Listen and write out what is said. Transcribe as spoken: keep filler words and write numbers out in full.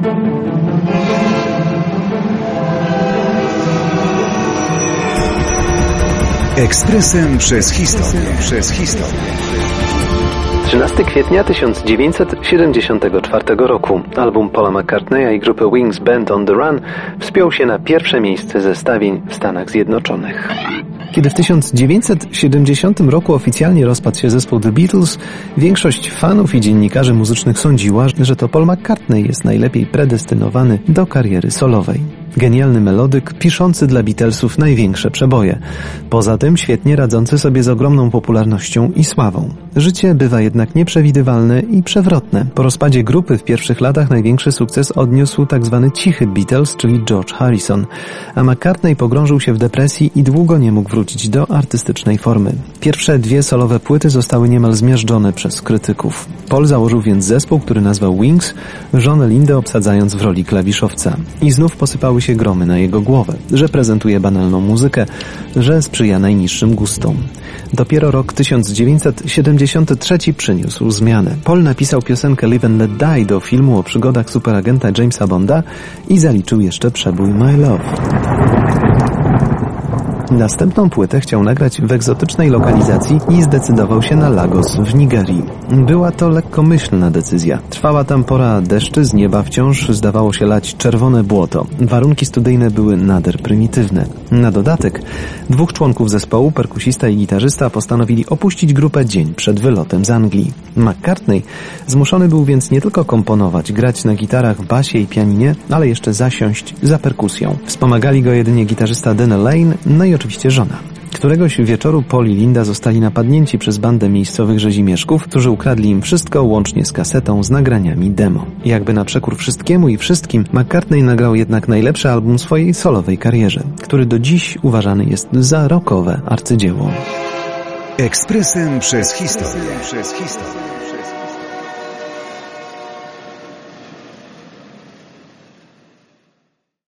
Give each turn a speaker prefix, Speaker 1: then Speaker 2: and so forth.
Speaker 1: Ekspresem przez historię. Przez historię.
Speaker 2: trzynastego kwietnia tysiąc dziewięćset siedemdziesiątego czwartego roku album Paula McCartneya i grupy Wings Band on the Run wspiął się na pierwsze miejsce zestawień w Stanach Zjednoczonych. Kiedy w tysiąc dziewięćset siedemdziesiątym roku oficjalnie rozpadł się zespół The Beatles, większość fanów i dziennikarzy muzycznych sądziła, że to Paul McCartney jest najlepiej predestynowany do kariery solowej. Genialny melodyk, piszący dla Beatlesów największe przeboje. Poza tym świetnie radzący sobie z ogromną popularnością i sławą. Życie bywa jednak nieprzewidywalne i przewrotne. Po rozpadzie grupy w pierwszych latach największy sukces odniósł tzw. cichy Beatles, czyli George Harrison. A McCartney pogrążył się w depresji i długo nie mógł wrócić do artystycznej formy. Pierwsze dwie solowe płyty zostały niemal zmiażdżone przez krytyków. Paul założył więc zespół, który nazwał Wings, żonę Lindę obsadzając w roli klawiszowca. I znów posypały się gromy na jego głowę, że prezentuje banalną muzykę, że sprzyja najniższym gustom. Dopiero rok tysiąc dziewięćset siedemdziesiąty trzeci przyniósł zmianę. Paul napisał piosenkę Live and Let Die do filmu o przygodach superagenta Jamesa Bonda i zaliczył jeszcze przebój My Love. Następną płytę chciał nagrać w egzotycznej lokalizacji i zdecydował się na Lagos w Nigerii. Była to lekkomyślna decyzja. Trwała tam pora deszczy, z nieba wciąż zdawało się lać czerwone błoto. Warunki studyjne były nader prymitywne. Na dodatek dwóch członków zespołu, perkusista i gitarzysta, postanowili opuścić grupę dzień przed wylotem z Anglii. McCartney zmuszony był więc nie tylko komponować, grać na gitarach, basie i pianinie, ale jeszcze zasiąść za perkusją. Wspomagali go jedynie gitarzysta Denny Lane, no i oczywiście żona. Któregoś wieczoru Paul i Linda zostali napadnięci przez bandę miejscowych rzezimieszków, którzy ukradli im wszystko łącznie z kasetą z nagraniami demo. Jakby na przekór wszystkiemu i wszystkim, McCartney nagrał jednak najlepszy album swojej solowej karierze, który do dziś uważany jest za rockowe arcydzieło.
Speaker 1: Ekspresem przez historię. Przez historię.